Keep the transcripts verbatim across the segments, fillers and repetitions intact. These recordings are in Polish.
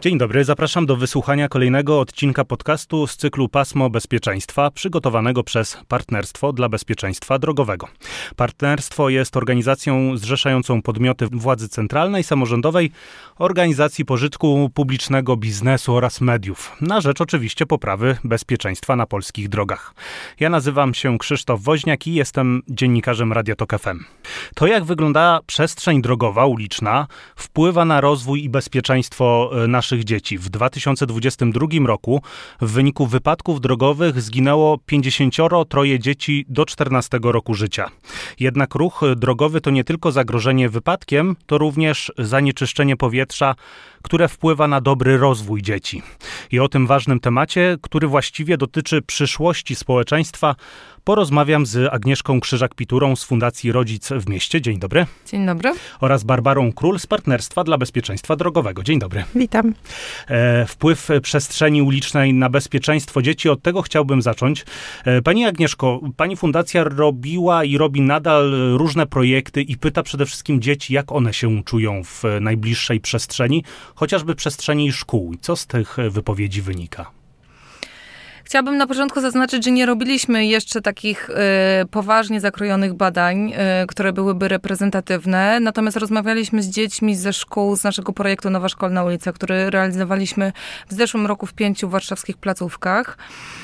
Dzień dobry, zapraszam do wysłuchania kolejnego odcinka podcastu z cyklu Pasmo Bezpieczeństwa, przygotowanego przez Partnerstwo dla Bezpieczeństwa Drogowego. Partnerstwo jest organizacją zrzeszającą podmioty władzy centralnej, samorządowej, organizacji pożytku publicznego, biznesu oraz mediów, na rzecz oczywiście poprawy bezpieczeństwa na polskich drogach. Ja nazywam się Krzysztof Woźniak i jestem dziennikarzem Radia Tok F M. To, jak wygląda przestrzeń drogowa, uliczna, wpływa na rozwój i bezpieczeństwo naszych dzieci. W dwa tysiące dwudziestym drugim roku w wyniku wypadków drogowych zginęło pięćdziesięcioro troje dzieci do czternastego roku życia. Jednak ruch drogowy to nie tylko zagrożenie wypadkiem, to również zanieczyszczenie powietrza, które wpływa na dobry rozwój dzieci. I o tym ważnym temacie, który właściwie dotyczy przyszłości społeczeństwa, porozmawiam z Agnieszką Krzyżak-Piturą z Fundacji Rodzic w Mieście. Dzień dobry. Dzień dobry. Oraz Barbarą Król z Partnerstwa dla Bezpieczeństwa Drogowego. Dzień dobry. Witam. E, wpływ przestrzeni ulicznej na bezpieczeństwo dzieci, od tego chciałbym zacząć. E, Pani Agnieszko, Pani fundacja robiła i robi nadal różne projekty i pyta przede wszystkim dzieci, jak one się czują w najbliższej przestrzeni, chociażby przestrzeni szkół. Co z tych wypowiedzi wynika? Chciałabym na początku zaznaczyć, że nie robiliśmy jeszcze takich y, poważnie zakrojonych badań, y, które byłyby reprezentatywne. Natomiast rozmawialiśmy z dziećmi ze szkół z naszego projektu Nowa Szkolna Ulica, który realizowaliśmy w zeszłym roku w pięciu warszawskich placówkach.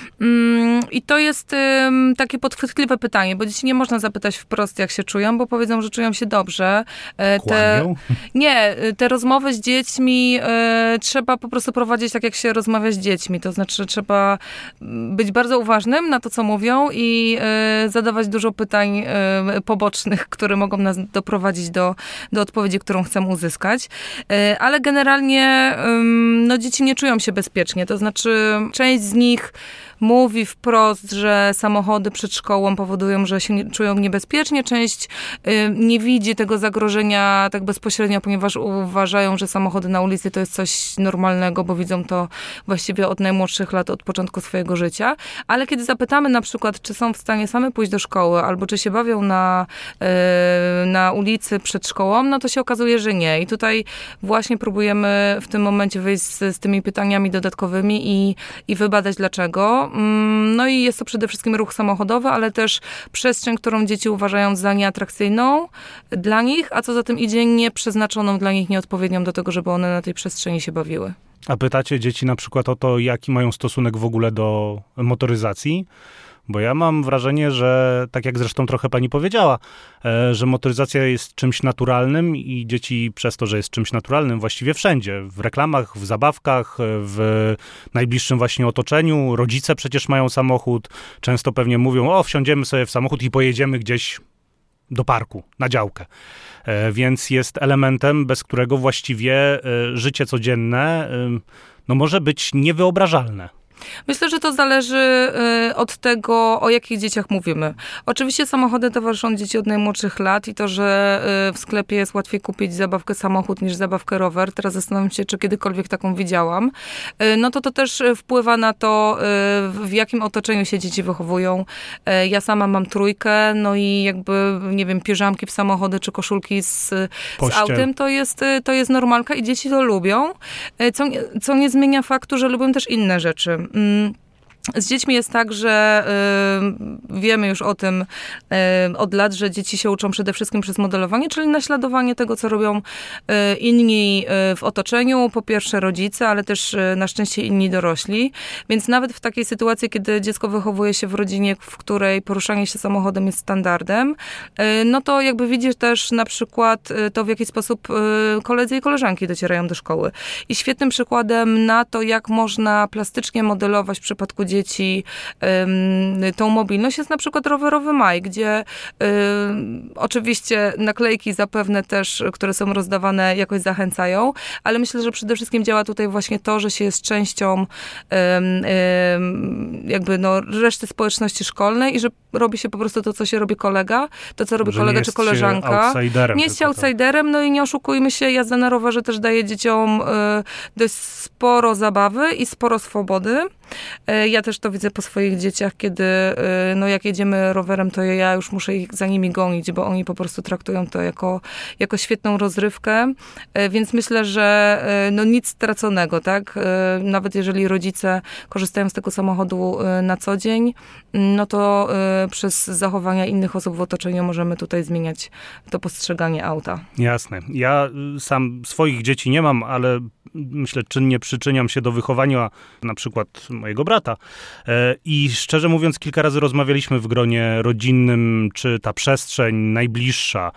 Mm, I to jest y, takie podchwytliwe pytanie, bo dzieci nie można zapytać wprost, jak się czują, bo powiedzą, że czują się dobrze. Y, te, nie, te rozmowy z dziećmi y, trzeba po prostu prowadzić tak, jak się rozmawia z dziećmi. To znaczy, trzeba być bardzo uważnym na to, co mówią i y, zadawać dużo pytań y, pobocznych, które mogą nas doprowadzić do, do odpowiedzi, którą chcemy uzyskać. Y, ale generalnie y, no, dzieci nie czują się bezpiecznie. To znaczy, część z nich mówi wprost, że samochody przed szkołą powodują, że się nie, czują niebezpiecznie. Część y, nie widzi tego zagrożenia tak bezpośrednio, ponieważ uważają, że samochody na ulicy to jest coś normalnego, bo widzą to właściwie od najmłodszych lat, od początku swojego życia. Ale kiedy zapytamy na przykład, czy są w stanie same pójść do szkoły, albo czy się bawią na, y, na ulicy przed szkołą, no to się okazuje, że nie. I tutaj właśnie próbujemy w tym momencie wyjść z, z tymi pytaniami dodatkowymi i, i wybadać dlaczego. No i jest to przede wszystkim ruch samochodowy, ale też przestrzeń, którą dzieci uważają za nieatrakcyjną dla nich, a co za tym idzie, nieprzeznaczoną dla nich, nieodpowiednią do tego, żeby one na tej przestrzeni się bawiły. A pytacie dzieci na przykład o to, jaki mają stosunek w ogóle do motoryzacji? Bo ja mam wrażenie, że tak jak zresztą trochę pani powiedziała, że motoryzacja jest czymś naturalnym i dzieci przez to, że jest czymś naturalnym właściwie wszędzie. W reklamach, w zabawkach, w najbliższym właśnie otoczeniu. Rodzice przecież mają samochód. Często pewnie mówią, o wsiądziemy sobie w samochód i pojedziemy gdzieś do parku, na działkę. Więc jest elementem, bez którego właściwie życie codzienne no, może być niewyobrażalne. Myślę, że to zależy y, od tego, o jakich dzieciach mówimy. Oczywiście samochody towarzyszą dzieci od najmłodszych lat i to, że y, w sklepie jest łatwiej kupić zabawkę samochód niż zabawkę rower. Teraz zastanawiam się, czy kiedykolwiek taką widziałam. Y, no to to też wpływa na to, y, w jakim otoczeniu się dzieci wychowują. Y, ja sama mam trójkę, no i jakby, nie wiem, piżamki w samochody czy koszulki z, z autem, to jest, to jest normalka i dzieci to lubią. Y, co, co nie zmienia faktu, że lubią też inne rzeczy. Z dziećmi jest tak, że y, wiemy już o tym y, od lat, że dzieci się uczą przede wszystkim przez modelowanie, czyli naśladowanie tego, co robią y, inni y, w otoczeniu. Po pierwsze rodzice, ale też y, na szczęście inni dorośli. Więc nawet w takiej sytuacji, kiedy dziecko wychowuje się w rodzinie, w której poruszanie się samochodem jest standardem, y, no to jakby widzisz też na przykład y, to, w jaki sposób y, koledzy i koleżanki docierają do szkoły. I świetnym przykładem na to, jak można plastycznie modelować w przypadku dzieci dzieci um, tą mobilność jest na przykład rowerowy maj, gdzie um, oczywiście naklejki zapewne też, które są rozdawane, jakoś zachęcają, ale myślę, że przede wszystkim działa tutaj właśnie to, że się jest częścią um, um, jakby no reszty społeczności szkolnej i że robi się po prostu to, co się robi kolega, to, co robi że kolega czy koleżanka. Nie jest się outsiderem, no i nie oszukujmy się, jazda na rowerze też daje dzieciom y, dość sporo zabawy i sporo swobody. Ja też to widzę po swoich dzieciach, kiedy no jak jedziemy rowerem, to ja już muszę ich za nimi gonić, bo oni po prostu traktują to jako, jako świetną rozrywkę, więc myślę, że no nic straconego, tak? Nawet jeżeli rodzice korzystają z tego samochodu na co dzień, no to przez zachowania innych osób w otoczeniu możemy tutaj zmieniać to postrzeganie auta. Jasne. Ja sam swoich dzieci nie mam, ale myślę, czynnie przyczyniam się do wychowania na przykład mojego brata. I szczerze mówiąc, kilka razy rozmawialiśmy w gronie rodzinnym, czy ta przestrzeń najbliższa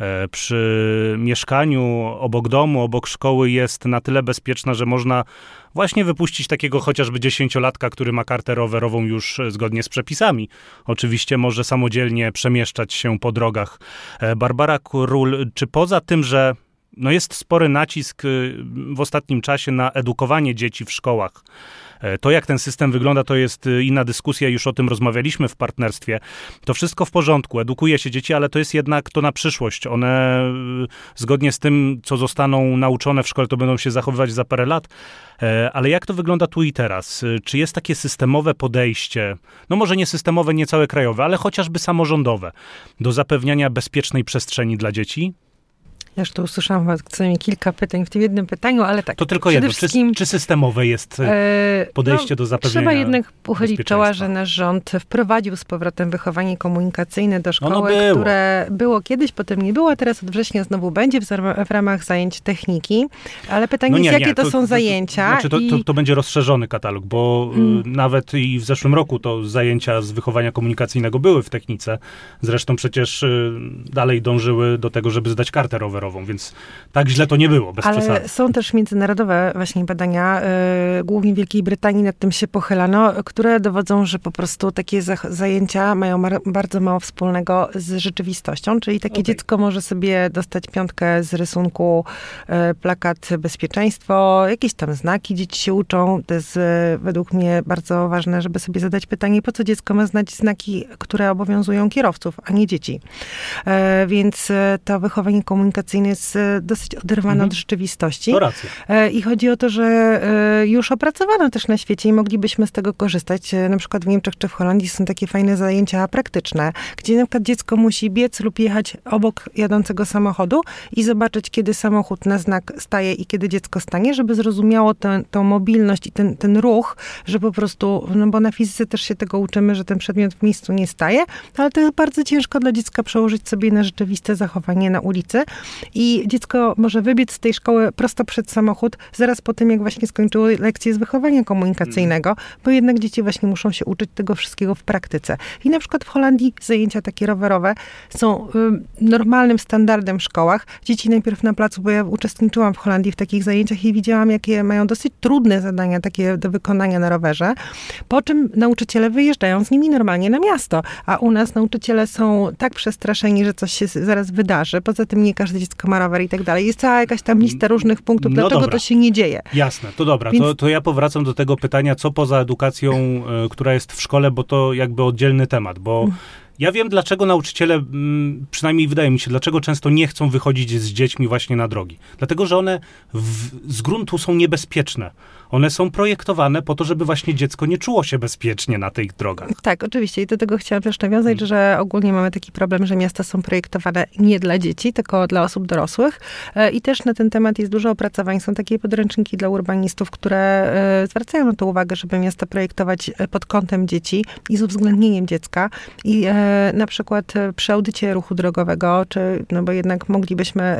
przy mieszkaniu, obok domu, obok szkoły jest na tyle bezpieczna, że można właśnie wypuścić takiego chociażby dziesięciolatka, który ma kartę rowerową już zgodnie z przepisami. Oczywiście może samodzielnie przemieszczać się po drogach. Barbara Król, czy poza tym, że no jest spory nacisk w ostatnim czasie na edukowanie dzieci w szkołach. To, jak ten system wygląda, to jest inna dyskusja, już o tym rozmawialiśmy w partnerstwie. To wszystko w porządku, edukuje się dzieci, ale to jest jednak to na przyszłość. One zgodnie z tym, co zostaną nauczone w szkole, to będą się zachowywać za parę lat. Ale jak to wygląda tu i teraz? Czy jest takie systemowe podejście, no może nie systemowe, nie całe krajowe, ale chociażby samorządowe, do zapewniania bezpiecznej przestrzeni dla dzieci? Ja już tu usłyszałam co najmniej kilka pytań w tym jednym pytaniu, ale tak. To tylko jedno. Czy, czy systemowe jest podejście no, do zapewnienia Trzeba jednak uchylić czoła, że nasz rząd wprowadził z powrotem wychowanie komunikacyjne do szkoły, było. które było kiedyś, potem nie było, a teraz od września znowu będzie w, w ramach zajęć techniki. Ale pytanie no nie, jest, jakie nie, to, to są to, zajęcia? To, znaczy to, i... to, to będzie rozszerzony katalog, bo hmm. nawet i w zeszłym roku to zajęcia z wychowania komunikacyjnego były w technice. Zresztą przecież dalej dążyły do tego, żeby zdać kartę rowerową, więc tak źle to nie było, bez Ale przesady. Są też międzynarodowe właśnie badania, yy, głównie w Wielkiej Brytanii nad tym się pochylano, które dowodzą, że po prostu takie zajęcia mają mar- bardzo mało wspólnego z rzeczywistością, czyli takie okay. dziecko może sobie dostać piątkę z rysunku, yy, plakat bezpieczeństwo, jakieś tam znaki dzieci się uczą. To jest yy, według mnie bardzo ważne, żeby sobie zadać pytanie, po co dziecko ma znać znaki, które obowiązują kierowców, a nie dzieci. Yy, więc yy, to wychowanie komunikacyjne jest dosyć oderwana mhm. od rzeczywistości. To racja. I chodzi o to, że już opracowano też na świecie i moglibyśmy z tego korzystać. Na przykład w Niemczech czy w Holandii są takie fajne zajęcia praktyczne, gdzie na przykład dziecko musi biec lub jechać obok jadącego samochodu i zobaczyć, kiedy samochód na znak staje i kiedy dziecko stanie, żeby zrozumiało tę, tę mobilność i ten, ten ruch, że po prostu, no bo na fizyce też się tego uczymy, że ten przedmiot w miejscu nie staje, ale to jest bardzo ciężko dla dziecka przełożyć sobie na rzeczywiste zachowanie na ulicy. I dziecko może wybiec z tej szkoły prosto przed samochód, zaraz po tym, jak właśnie skończyło lekcję z wychowania komunikacyjnego, bo jednak dzieci właśnie muszą się uczyć tego wszystkiego w praktyce. I na przykład w Holandii zajęcia takie rowerowe są y, normalnym standardem w szkołach. Dzieci najpierw na placu, bo ja uczestniczyłam w Holandii w takich zajęciach i widziałam, jakie mają dosyć trudne zadania takie do wykonania na rowerze, po czym nauczyciele wyjeżdżają z nimi normalnie na miasto, a u nas nauczyciele są tak przestraszeni, że coś się zaraz wydarzy. Poza tym nie każde dziecko ma rower i tak dalej. Jest cała jakaś tam lista różnych punktów, no dlaczego dobra. to się nie dzieje. Jasne, to dobra. Więc... To, to ja powracam do tego pytania, co poza edukacją, y, która jest w szkole, bo to jakby oddzielny temat, bo mm. ja wiem, dlaczego nauczyciele, przynajmniej wydaje mi się, dlaczego często nie chcą wychodzić z dziećmi właśnie na drogi. Dlatego, że one w, z gruntu są niebezpieczne. One są projektowane po to, żeby właśnie dziecko nie czuło się bezpiecznie na tych drogach. Tak, oczywiście. I do tego chciałam też nawiązać, hmm. że ogólnie mamy taki problem, że miasta są projektowane nie dla dzieci, tylko dla osób dorosłych. I też na ten temat jest dużo opracowań. Są takie podręczniki dla urbanistów, które zwracają na to uwagę, żeby miasta projektować pod kątem dzieci i z uwzględnieniem dziecka. I na przykład przy audycie ruchu drogowego, czy, no bo jednak moglibyśmy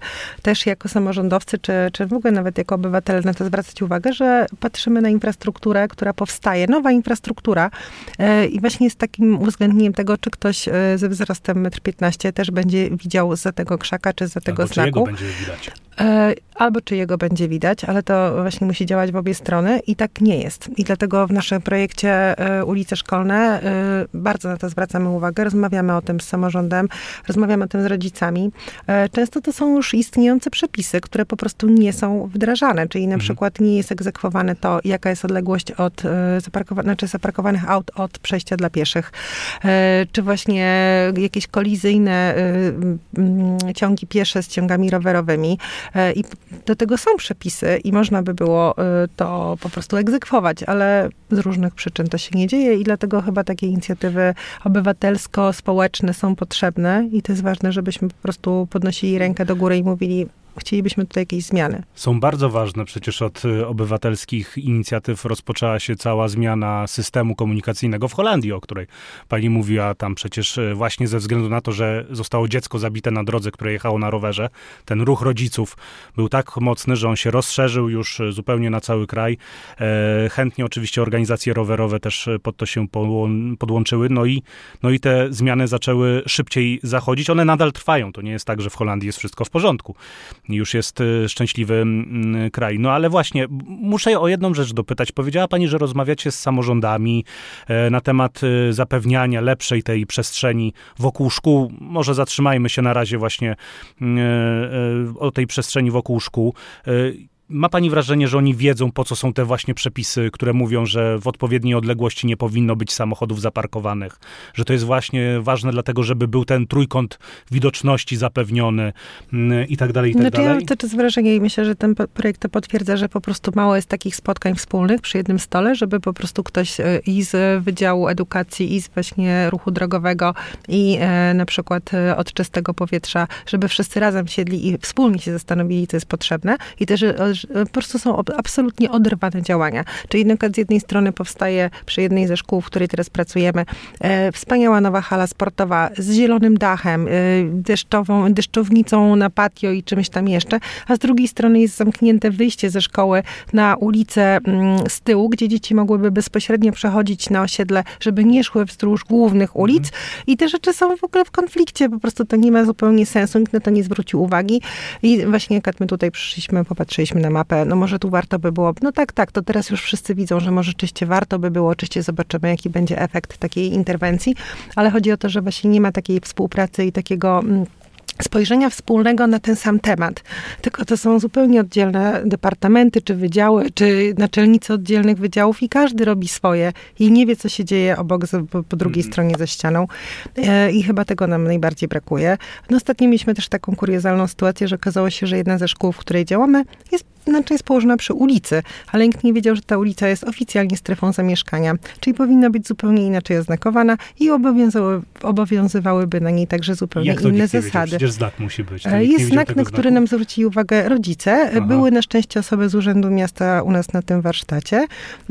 też jako samorządowcy, czy, czy w ogóle nawet jako obywatele na to zwracać uwagę, że patrzymy na infrastrukturę, która powstaje, nowa infrastruktura i właśnie z takim uwzględnieniem tego, czy ktoś ze wzrostem metr piętnaście też będzie widział za tego krzaka, czy za tego Albo znaku. Albo czy jego będzie widać. Albo czy jego będzie widać, ale to właśnie musi działać w obie strony i tak nie jest. I dlatego w naszym projekcie Ulice Szkolne bardzo na to zwracamy uwagę, rozmawiamy o tym z samorządem, rozmawiamy o tym z rodzicami. Często to są już istniejące przepisy, które po prostu nie są wdrażane, czyli na mhm. przykład nie jest egzekwowane to, jaka jest odległość od zaparkowa- znaczy zaparkowanych aut od przejścia dla pieszych, czy właśnie jakieś kolizyjne ciągi piesze z ciągami rowerowymi. I do tego są przepisy i można by było to po prostu egzekwować, ale z różnych przyczyn to się nie dzieje i dlatego chyba takie inicjatywy obywatelsko-społeczne są potrzebne i to jest ważne, żebyśmy po prostu podnosili rękę do góry i mówili, chcielibyśmy tutaj jakieś zmiany. Są bardzo ważne. Przecież od obywatelskich inicjatyw rozpoczęła się cała zmiana systemu komunikacyjnego w Holandii, o której pani mówiła. Tam przecież właśnie ze względu na to, że zostało dziecko zabite na drodze, które jechało na rowerze, ten ruch rodziców był tak mocny, że on się rozszerzył już zupełnie na cały kraj. E, chętnie oczywiście organizacje rowerowe też pod to się podłączyły. No i, no i te zmiany zaczęły szybciej zachodzić. One nadal trwają. To nie jest tak, że w Holandii jest wszystko w porządku. Już jest szczęśliwy kraj. No ale właśnie, muszę o jedną rzecz dopytać. Powiedziała pani, że rozmawiacie z samorządami na temat zapewniania lepszej tej przestrzeni wokół szkół. Może zatrzymajmy się na razie właśnie o tej przestrzeni wokół szkół. Ma pani wrażenie, że oni wiedzą, po co są te właśnie przepisy, które mówią, że w odpowiedniej odległości nie powinno być samochodów zaparkowanych, że to jest właśnie ważne dlatego, żeby był ten trójkąt widoczności zapewniony i tak dalej, i tak znaczy, dalej? Ja mam też wrażenie i myślę, że ten projekt to potwierdza, że po prostu mało jest takich spotkań wspólnych przy jednym stole, żeby po prostu ktoś i z Wydziału Edukacji, i z właśnie ruchu drogowego, i e, na przykład od czystego powietrza, żeby wszyscy razem siedli i wspólnie się zastanowili, co jest potrzebne i też po prostu są absolutnie oderwane działania. Czyli na przykład z jednej strony powstaje przy jednej ze szkół, w której teraz pracujemy, e, wspaniała nowa hala sportowa z zielonym dachem, e, deszczową, deszczownicą na patio i czymś tam jeszcze, a z drugiej strony jest zamknięte wyjście ze szkoły na ulicę mm, z tyłu, gdzie dzieci mogłyby bezpośrednio przechodzić na osiedle, żeby nie szły wzdłuż głównych ulic mm. i te rzeczy są w ogóle w konflikcie, po prostu to nie ma zupełnie sensu, nikt na to nie zwrócił uwagi i właśnie jak my tutaj przyszliśmy, popatrzyliśmy na mapę, no może tu warto by było, no tak, tak, to teraz już wszyscy widzą, że może oczywiście warto by było, oczywiście zobaczymy, jaki będzie efekt takiej interwencji, ale chodzi o to, że właśnie nie ma takiej współpracy i takiego spojrzenia wspólnego na ten sam temat. Tylko to są zupełnie oddzielne departamenty, czy wydziały, czy naczelnicy oddzielnych wydziałów i każdy robi swoje i nie wie, co się dzieje obok, po, po drugiej mm. stronie ze ścianą. E, I chyba tego nam najbardziej brakuje. No ostatnio mieliśmy też taką kuriozalną sytuację, że okazało się, że jedna ze szkół, w której działamy, jest znaczy jest położona przy ulicy, ale nikt nie wiedział, że ta ulica jest oficjalnie strefą zamieszkania, czyli powinna być zupełnie inaczej oznakowana i obowiązywały, obowiązywałyby na niej także zupełnie Jak to inne nikt nie zasady. Przecież znak musi być. Jest znak, na który nam zwrócili uwagę rodzice. Aha. Były na szczęście osoby z Urzędu Miasta u nas na tym warsztacie.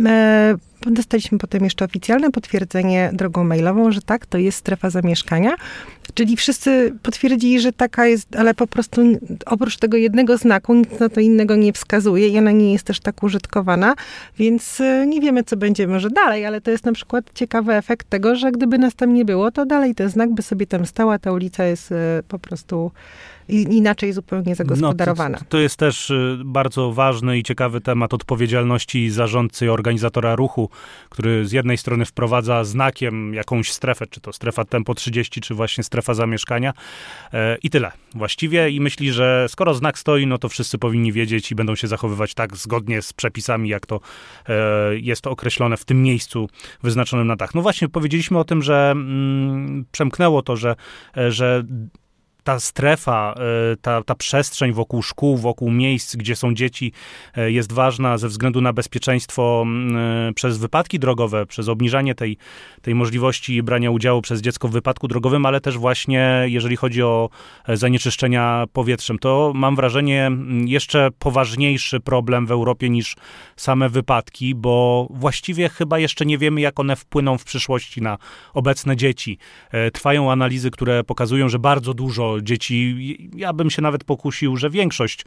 Dostaliśmy potem jeszcze oficjalne potwierdzenie drogą mailową, że tak, to jest strefa zamieszkania. Czyli wszyscy potwierdzili, że taka jest, ale po prostu oprócz tego jednego znaku nic na to innego nie wskazuje i ona nie jest też tak użytkowana, więc nie wiemy, co będzie może dalej, ale to jest na przykład ciekawy efekt tego, że gdyby nas tam nie było, to dalej ten znak by sobie tam stała, ta ulica jest po prostu inaczej zupełnie zagospodarowana. No, to, to jest też bardzo ważny i ciekawy temat odpowiedzialności zarządcy i organizatora ruchu, który z jednej strony wprowadza znakiem jakąś strefę, czy to strefa tempo trzydzieści, czy właśnie strefa zamieszkania e, i tyle właściwie i myśli, że skoro znak stoi, no to wszyscy powinni wiedzieć i będą się zachowywać tak zgodnie z przepisami, jak to e, jest to określone w tym miejscu wyznaczonym na dach. No właśnie, powiedzieliśmy o tym, że mm, przemknęło to, że, e, że ta strefa, ta, ta przestrzeń wokół szkół, wokół miejsc, gdzie są dzieci, jest ważna ze względu na bezpieczeństwo przez wypadki drogowe, przez obniżanie tej, tej możliwości brania udziału przez dziecko w wypadku drogowym, ale też właśnie jeżeli chodzi o zanieczyszczenia powietrzem. To mam wrażenie jeszcze poważniejszy problem w Europie niż same wypadki, bo właściwie chyba jeszcze nie wiemy, jak one wpłyną w przyszłości na obecne dzieci. Trwają analizy, które pokazują, że bardzo dużo dzieci, ja bym się nawet pokusił, że większość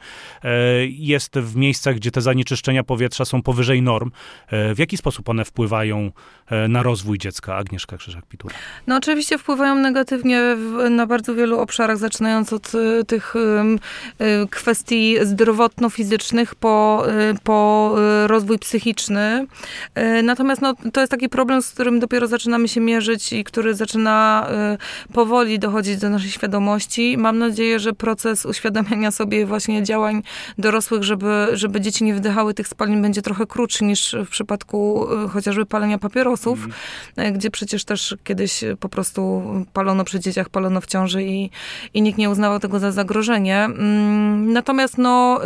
jest w miejscach, gdzie te zanieczyszczenia powietrza są powyżej norm. W jaki sposób one wpływają na rozwój dziecka? Agnieszka Krzyżak-Pitura. No oczywiście wpływają negatywnie w, na bardzo wielu obszarach, zaczynając od y, tych y, y, kwestii zdrowotno-fizycznych po, y, po y, rozwój psychiczny. Y, natomiast no, to jest taki problem, z którym dopiero zaczynamy się mierzyć i który zaczyna y, powoli dochodzić do naszej świadomości świadomości. Mam nadzieję, że proces uświadamiania sobie właśnie działań dorosłych, żeby, żeby dzieci nie wdychały tych spalin, będzie trochę krótszy niż w przypadku chociażby palenia papierosów, mm. gdzie przecież też kiedyś po prostu palono przy dzieciach, palono w ciąży i, i nikt nie uznawał tego za zagrożenie. Natomiast no,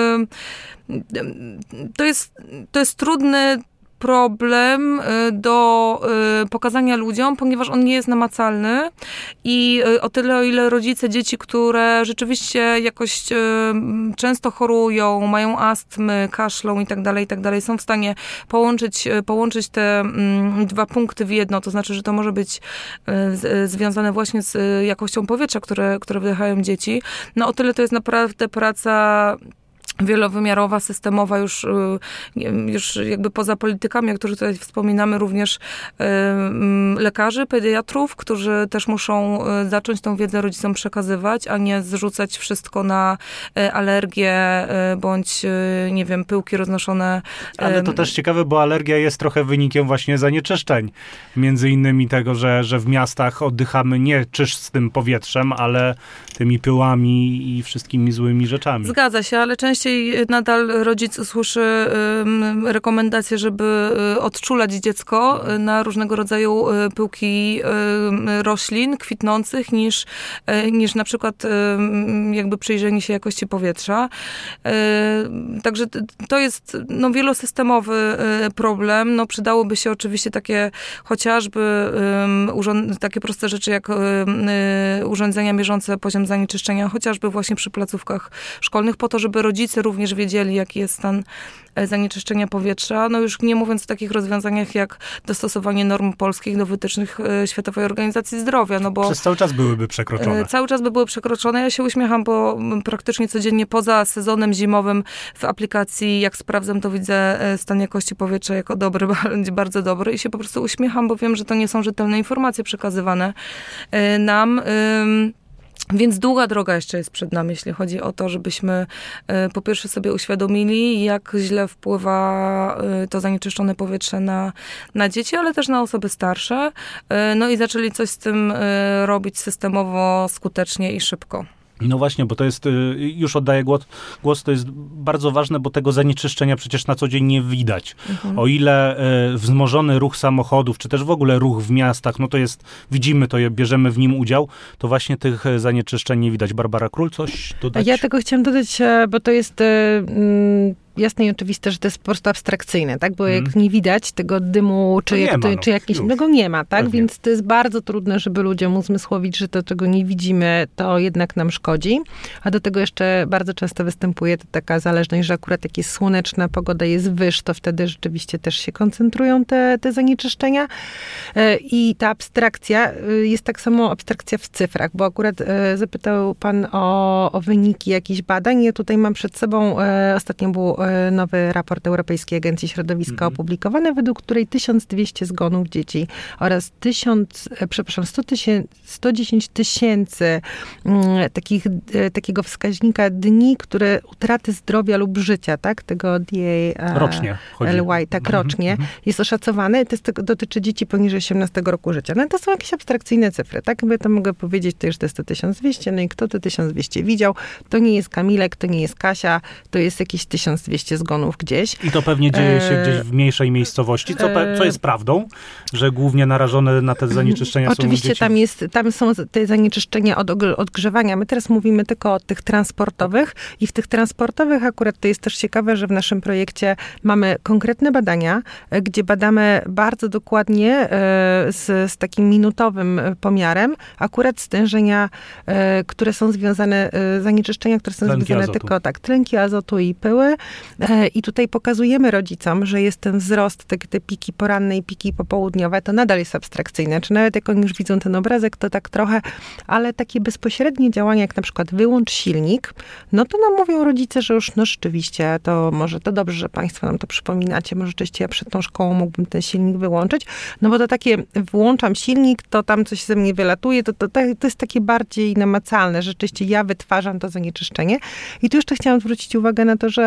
to jest, to jest trudny problem do pokazania ludziom, ponieważ on nie jest namacalny i o tyle, o ile rodzice dzieci, które rzeczywiście jakoś często chorują, mają astmy, kaszlą i tak dalej, i tak dalej, są w stanie połączyć, połączyć te dwa punkty w jedno, to znaczy, że to może być związane właśnie z jakością powietrza, które, które wdychają dzieci, no o tyle to jest naprawdę praca wielowymiarowa, systemowa, już, już jakby poza politykami, o których tutaj wspominamy, również lekarzy, pediatrów, którzy też muszą zacząć tą wiedzę rodzicom przekazywać, a nie zrzucać wszystko na alergię, bądź, nie wiem, pyłki roznoszone. Ale to też ciekawe, bo alergia jest trochę wynikiem właśnie zanieczyszczeń. Między innymi tego, że, że w miastach oddychamy nie czystym powietrzem, ale tymi pyłami i wszystkimi złymi rzeczami. Zgadza się, ale częściej nadal rodzic usłyszy um, rekomendację, żeby odczulać dziecko na różnego rodzaju pyłki um, roślin kwitnących, niż, niż na przykład um, jakby przyjrzenie się jakości powietrza. Um, także to jest no, wielosystemowy problem. No, przydałoby się oczywiście takie chociażby um, urząd- takie proste rzeczy jak um, urządzenia mierzące poziom zanieczyszczenia, chociażby właśnie przy placówkach szkolnych, po to, żeby rodzice również wiedzieli, jaki jest stan zanieczyszczenia powietrza. No już nie mówiąc o takich rozwiązaniach jak dostosowanie norm polskich do wytycznych Światowej Organizacji Zdrowia, no bo... Przez cały czas byłyby przekroczone. Cały czas by były przekroczone. Ja się uśmiecham, bo praktycznie codziennie poza sezonem zimowym w aplikacji, jak sprawdzam, to widzę stan jakości powietrza jako dobry, bardzo dobry i się po prostu uśmiecham, bo wiem, że to nie są rzetelne informacje przekazywane nam. Więc długa droga jeszcze jest przed nami, jeśli chodzi o to, żebyśmy po pierwsze sobie uświadomili, jak źle wpływa to zanieczyszczone powietrze na, na dzieci, ale też na osoby starsze. No i zaczęli coś z tym robić systemowo, skutecznie i szybko. No właśnie, bo to jest, już oddaję głos, głos, to jest bardzo ważne, bo tego zanieczyszczenia przecież na co dzień nie widać. Mhm. O ile wzmożony ruch samochodów, czy też w ogóle ruch w miastach, no to jest, widzimy to, bierzemy w nim udział, to właśnie tych zanieczyszczeń nie widać. Barbara Król, coś dodać? Ja tego chciałam dodać, bo to jest... Mm, jasne i oczywiste, że to jest po prostu abstrakcyjne, tak? Bo hmm. jak nie widać tego dymu, czy, jak to, ma, no, czy jakieś innego nie ma, tak? Pewnie. Więc to jest bardzo trudne, żeby ludziom uzmysłowić, że to, czego nie widzimy, to jednak nam szkodzi. A do tego jeszcze bardzo często występuje taka zależność, że akurat jak jest słoneczna, pogoda jest wyż, to wtedy rzeczywiście też się koncentrują te, te zanieczyszczenia. I ta abstrakcja jest tak samo abstrakcja w cyfrach, bo akurat zapytał pan o, o wyniki jakichś badań. Ja tutaj mam przed sobą, ostatnio był nowy raport Europejskiej Agencji Środowiska mm-hmm. opublikowany, według której tysiąc dwieście zgonów dzieci oraz tysiąc, przepraszam, sto dziesięć tysięcy takich, takiego wskaźnika dni, które utraty zdrowia lub życia, tak, tego D A rocznie L Y, tak, mm-hmm. rocznie, jest oszacowany. To jest, dotyczy dzieci poniżej osiemnastego roku życia. No to są jakieś abstrakcyjne cyfry, tak? Ja to mogę powiedzieć, to już to jest to tysiąc dwieście, no i kto to tysiąc dwieście widział? To nie jest Kamilek, to nie jest Kasia, to jest jakieś tysiąc dwieście zgonów gdzieś. I to pewnie dzieje się gdzieś w mniejszej miejscowości, co, co jest prawdą, że głównie narażone na te zanieczyszczenia Oczywiście są dzieci. Oczywiście tam jest, tam są te zanieczyszczenia od odgrzewania. My teraz mówimy tylko o tych transportowych i w tych transportowych akurat to jest też ciekawe, że w naszym projekcie mamy konkretne badania, gdzie badamy bardzo dokładnie z, z takim minutowym pomiarem akurat stężenia, które są związane, zanieczyszczenia, które są tlenki związane azotu. tylko tak, tlenki azotu i pyły. I tutaj pokazujemy rodzicom, że jest ten wzrost, te, te piki poranne i piki popołudniowe, to nadal jest abstrakcyjne. Czy nawet jak oni już widzą ten obrazek, to tak trochę, ale takie bezpośrednie działania, jak na przykład wyłącz silnik, no to nam mówią rodzice, że już no rzeczywiście, to może to dobrze, że państwo nam to przypominacie, może rzeczywiście ja przed tą szkołą mógłbym ten silnik wyłączyć, no bo to takie włączam silnik, to tam coś ze mnie wylatuje, to, to, to jest takie bardziej namacalne, że rzeczywiście ja wytwarzam to zanieczyszczenie. I tu jeszcze chciałam zwrócić uwagę na to, że też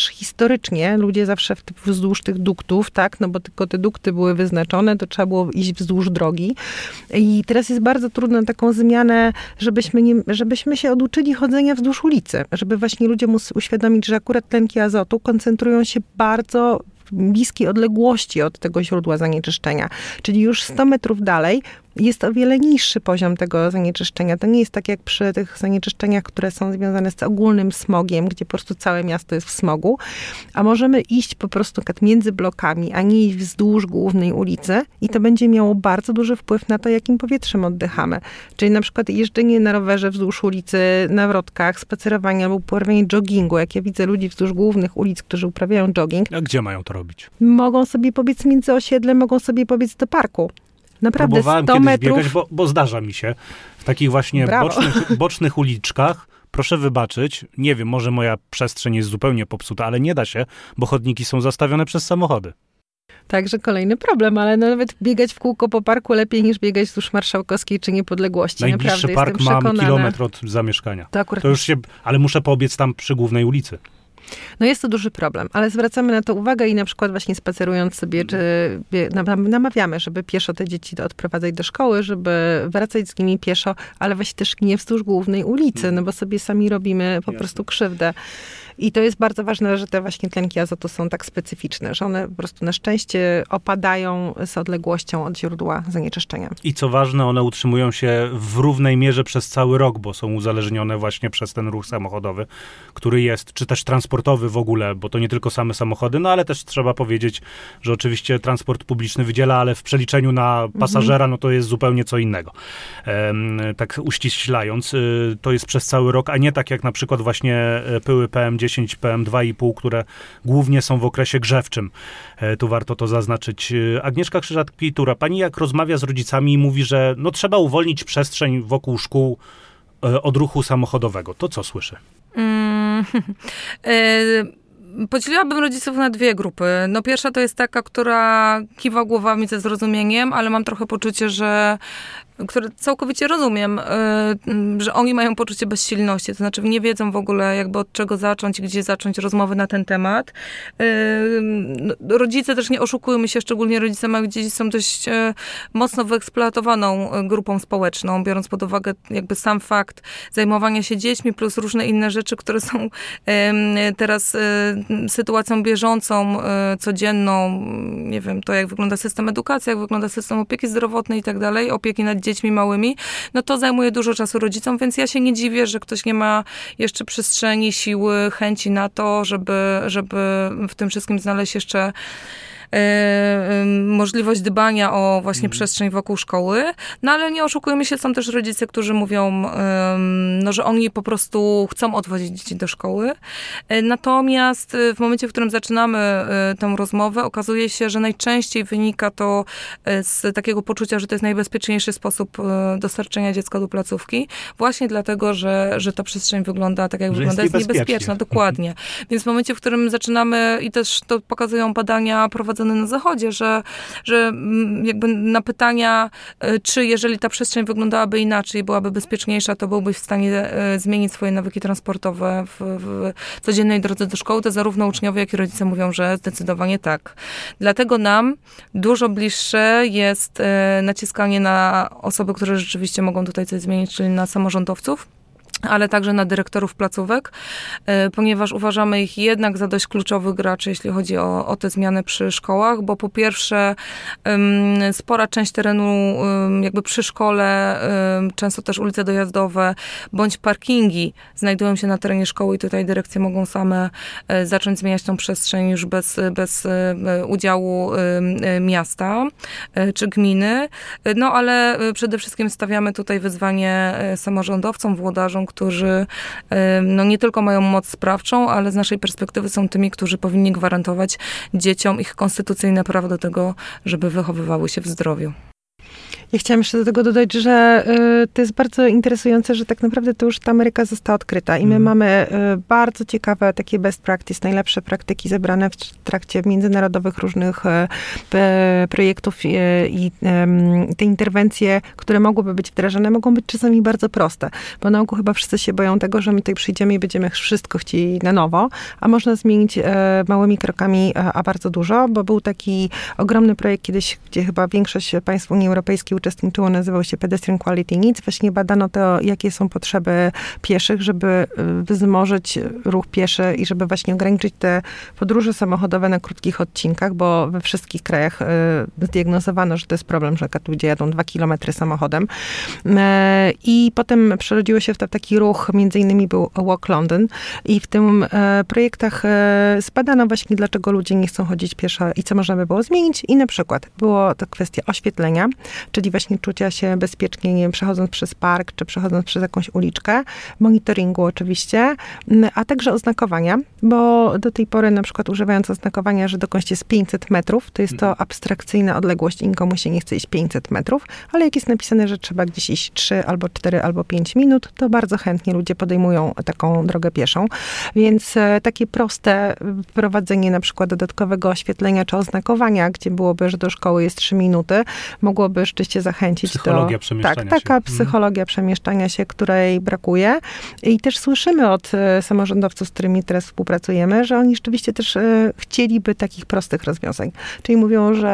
też historycznie ludzie zawsze w, wzdłuż tych duktów, tak, no bo tylko te dukty były wyznaczone, to trzeba było iść wzdłuż drogi. I teraz jest bardzo trudno na taką zmianę, żebyśmy, nie, żebyśmy się oduczyli chodzenia wzdłuż ulicy, żeby właśnie ludziom uświadomić, że akurat tlenki azotu koncentrują się bardzo bliskiej odległości od tego źródła zanieczyszczenia. Czyli już sto metrów dalej jest o wiele niższy poziom tego zanieczyszczenia. To nie jest tak jak przy tych zanieczyszczeniach, które są związane z ogólnym smogiem, gdzie po prostu całe miasto jest w smogu, a możemy iść po prostu między blokami, a nie iść wzdłuż głównej ulicy i to będzie miało bardzo duży wpływ na to, jakim powietrzem oddychamy. Czyli na przykład jeżdżenie na rowerze wzdłuż ulicy, na wrotkach, spacerowanie albo uprawianie joggingu. Jak ja widzę ludzi wzdłuż głównych ulic, którzy uprawiają jogging. A gdzie mają to robić? Mogą sobie pobiec między osiedlem, mogą sobie pobiec do parku. Naprawdę Próbowałem sto kiedyś metrów. biegać, bo, bo zdarza mi się w takich właśnie bocznych, bocznych uliczkach. Proszę wybaczyć, nie wiem, może moja przestrzeń jest zupełnie popsuta, ale nie da się, bo chodniki są zastawione przez samochody. Także kolejny problem, ale nawet biegać w kółko po parku lepiej niż biegać wzdłuż Marszałkowskiej czy Niepodległości. Najbliższy Naprawdę park jestem mam przekonana. kilometr od zamieszkania. To akurat... To już się, ale muszę poobiec tam przy głównej ulicy. No jest to duży problem, ale zwracamy na to uwagę i na przykład właśnie spacerując sobie, czy namawiamy, żeby pieszo te dzieci odprowadzać do szkoły, żeby wracać z nimi pieszo, ale właśnie też nie wzdłuż głównej ulicy, no bo sobie sami robimy po prostu krzywdę. I to jest bardzo ważne, że te właśnie tlenki azotu są tak specyficzne, że one po prostu na szczęście opadają z odległością od źródła zanieczyszczenia. I co ważne, one utrzymują się w równej mierze przez cały rok, bo są uzależnione właśnie przez ten ruch samochodowy, który jest, czy też transportowy w ogóle, bo to nie tylko same samochody, no ale też trzeba powiedzieć, że oczywiście transport publiczny wydziela, ale w przeliczeniu na pasażera, no to jest zupełnie co innego. Ehm, tak uściślając, y, to jest przez cały rok, a nie tak jak na przykład właśnie pyły P M dziesięć, P M dwa i pół, które głównie są w okresie grzewczym. E, tu warto to zaznaczyć. Agnieszka Krzyżak-Pitura, pani jak rozmawia z rodzicami i mówi, że no trzeba uwolnić przestrzeń wokół szkół e, od ruchu samochodowego, to co słyszy? Mm, y- Podzieliłabym rodziców na dwie grupy. No pierwsza to jest taka, która kiwa głowami ze zrozumieniem, ale mam trochę poczucie, że które całkowicie rozumiem, yy, że oni mają poczucie bezsilności, to znaczy nie wiedzą w ogóle jakby od czego zacząć i gdzie zacząć rozmowy na ten temat. Yy, no, rodzice też nie oszukujmy się, szczególnie rodzice małych dzieci są dość yy, mocno wyeksploatowaną grupą społeczną, biorąc pod uwagę jakby sam fakt zajmowania się dziećmi plus różne inne rzeczy, które są yy, teraz yy, sytuacją bieżącą, yy, codzienną, nie wiem, to jak wygląda system edukacji, jak wygląda system opieki zdrowotnej i tak dalej, opieki nad dziećmi małymi, no to zajmuje dużo czasu rodzicom, więc ja się nie dziwię, że ktoś nie ma jeszcze przestrzeni, siły, chęci na to, żeby, żeby w tym wszystkim znaleźć jeszcze możliwość dbania o właśnie mm. przestrzeń wokół szkoły, no ale nie oszukujmy się, są też rodzice, którzy mówią, no, że oni po prostu chcą odwozić dzieci do szkoły. Natomiast w momencie, w którym zaczynamy tę rozmowę, okazuje się, że najczęściej wynika to z takiego poczucia, że to jest najbezpieczniejszy sposób dostarczenia dziecka do placówki, właśnie dlatego, że, że ta przestrzeń wygląda tak, jak że wygląda, jest, jest niebezpieczna, dokładnie. Więc w momencie, w którym zaczynamy, i też to pokazują badania prowadzone na Zachodzie, że, że jakby na pytania, czy jeżeli ta przestrzeń wyglądałaby inaczej, byłaby bezpieczniejsza, to byłbyś w stanie zmienić swoje nawyki transportowe w, w codziennej drodze do szkoły, to zarówno uczniowie, jak i rodzice mówią, że zdecydowanie tak. Dlatego nam dużo bliższe jest naciskanie na osoby, które rzeczywiście mogą tutaj coś zmienić, czyli na samorządowców, ale także na dyrektorów placówek, ponieważ uważamy ich jednak za dość kluczowych graczy, jeśli chodzi o, o te zmiany przy szkołach, bo po pierwsze spora część terenu jakby przy szkole, często też ulice dojazdowe, bądź parkingi znajdują się na terenie szkoły i tutaj dyrekcje mogą same zacząć zmieniać tą przestrzeń już bez, bez udziału miasta czy gminy. No ale przede wszystkim stawiamy tutaj wyzwanie samorządowcom, włodarzom, którzy no, nie tylko mają moc sprawczą, ale z naszej perspektywy są tymi, którzy powinni gwarantować dzieciom ich konstytucyjne prawo do tego, żeby wychowywały się w zdrowiu. Ja chciałam jeszcze do tego dodać, że y, to jest bardzo interesujące, że tak naprawdę to już ta Ameryka została odkryta i my mm. mamy y, bardzo ciekawe takie best practice, najlepsze praktyki zebrane w trakcie międzynarodowych różnych y, y, projektów y, i y, te interwencje, które mogłyby być wdrażane, mogą być czasami bardzo proste, bo na ogół chyba wszyscy się boją tego, że my tutaj przyjdziemy i będziemy wszystko chcieli na nowo, a można zmienić y, małymi krokami, a, a bardzo dużo, bo był taki ogromny projekt kiedyś, gdzie chyba większość państw Unii Europejskiej uczestniczyło, nazywał się Pedestrian Quality Needs. Właśnie badano to, jakie są potrzeby pieszych, żeby wzmożyć ruch pieszy i żeby właśnie ograniczyć te podróże samochodowe na krótkich odcinkach, bo we wszystkich krajach zdiagnozowano, że to jest problem, że ludzie jadą dwa kilometry samochodem. I potem przerodziło się w taki ruch, między innymi był Walk London i w tym projektach zbadano właśnie, dlaczego ludzie nie chcą chodzić pieszo i co można by było zmienić. I na przykład było to kwestia oświetlenia, czyli właśnie czucia się bezpiecznie, nie wiem, przechodząc przez park, czy przechodząc przez jakąś uliczkę, monitoringu oczywiście, a także oznakowania, bo do tej pory na przykład używając oznakowania, że dokądś jest pięćset metrów, to jest to abstrakcyjna odległość i nikomu się nie chce iść pięćset metrów, ale jak jest napisane, że trzeba gdzieś iść trzy albo cztery albo pięć minut, to bardzo chętnie ludzie podejmują taką drogę pieszą, więc takie proste wprowadzenie na przykład dodatkowego oświetlenia czy oznakowania, gdzie byłoby, że do szkoły jest trzy minuty, mogłoby rzeczywiście zachęcić Psychologia do... przemieszczania tak, taka się. psychologia hmm. przemieszczania się, której brakuje. I też słyszymy od e, samorządowców, z którymi teraz współpracujemy, że oni rzeczywiście też e, chcieliby takich prostych rozwiązań. Czyli mówią, że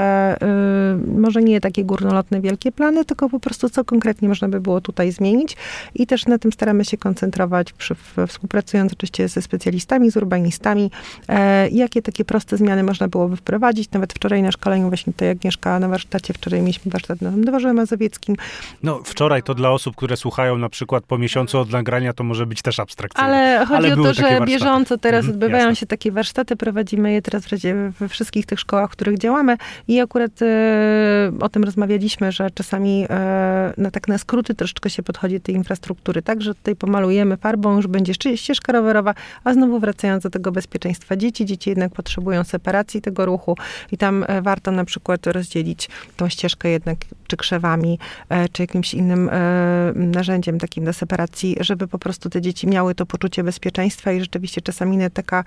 e, może nie takie górnolotne, wielkie plany, tylko po prostu co konkretnie można by było tutaj zmienić. I też na tym staramy się koncentrować, przy, w, współpracując oczywiście ze specjalistami, z urbanistami, e, jakie takie proste zmiany można byłoby wprowadzić. Nawet wczoraj na szkoleniu, właśnie tutaj Agnieszka na warsztacie, wczoraj mieliśmy warsztat na Dworze Mazowieckim. No wczoraj to dla osób, które słuchają na przykład po miesiącu od nagrania, to może być też abstrakcyjne. Ale chodzi Ale o to, że bieżąco teraz mhm, odbywają jasne. się takie warsztaty, prowadzimy je teraz we wszystkich tych szkołach, w których działamy i akurat e, o tym rozmawialiśmy, że czasami e, na tak na skróty troszeczkę się podchodzi do tej infrastruktury, tak, że tutaj pomalujemy farbą, już będzie ścieżka rowerowa, a znowu wracając do tego bezpieczeństwa dzieci, dzieci jednak potrzebują separacji tego ruchu i tam e, warto na przykład rozdzielić tą ścieżkę jednak czy krzewami, e, czy jakimś innym e, narzędziem takim do separacji, żeby po prostu te dzieci miały to poczucie bezpieczeństwa i rzeczywiście czasami taka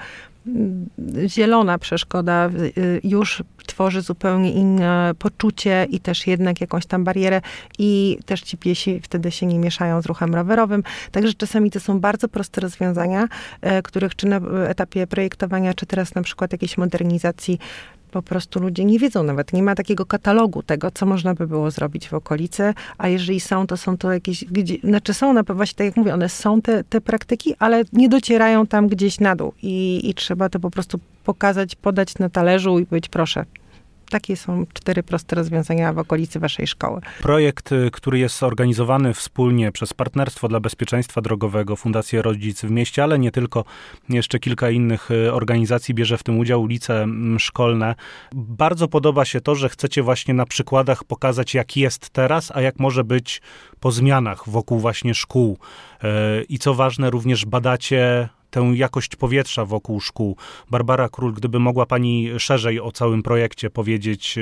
zielona przeszkoda już tworzy zupełnie inne poczucie i też jednak jakąś tam barierę i też ci piesi wtedy się nie mieszają z ruchem rowerowym. Także czasami to są bardzo proste rozwiązania, których czy na etapie projektowania, czy teraz na przykład jakiejś modernizacji po prostu ludzie nie wiedzą nawet, nie ma takiego katalogu tego, co można by było zrobić w okolicy, a jeżeli są, to są to jakieś, gdzie, znaczy są, na właśnie tak jak mówię, one są te, te praktyki, ale nie docierają tam gdzieś na dół i, i trzeba to po prostu pokazać, podać na talerzu i powiedzieć, proszę, takie są cztery proste rozwiązania w okolicy waszej szkoły. Projekt, który jest organizowany wspólnie przez Partnerstwo dla Bezpieczeństwa Drogowego, Fundację Rodzic w Mieście, ale nie tylko, jeszcze kilka innych organizacji bierze w tym udział, ulice szkolne. Bardzo podoba się to, że chcecie właśnie na przykładach pokazać, jak jest teraz, a jak może być po zmianach wokół właśnie szkół. I co ważne, również badacie tę jakość powietrza wokół szkół. Barbara Król, gdyby mogła pani szerzej o całym projekcie powiedzieć,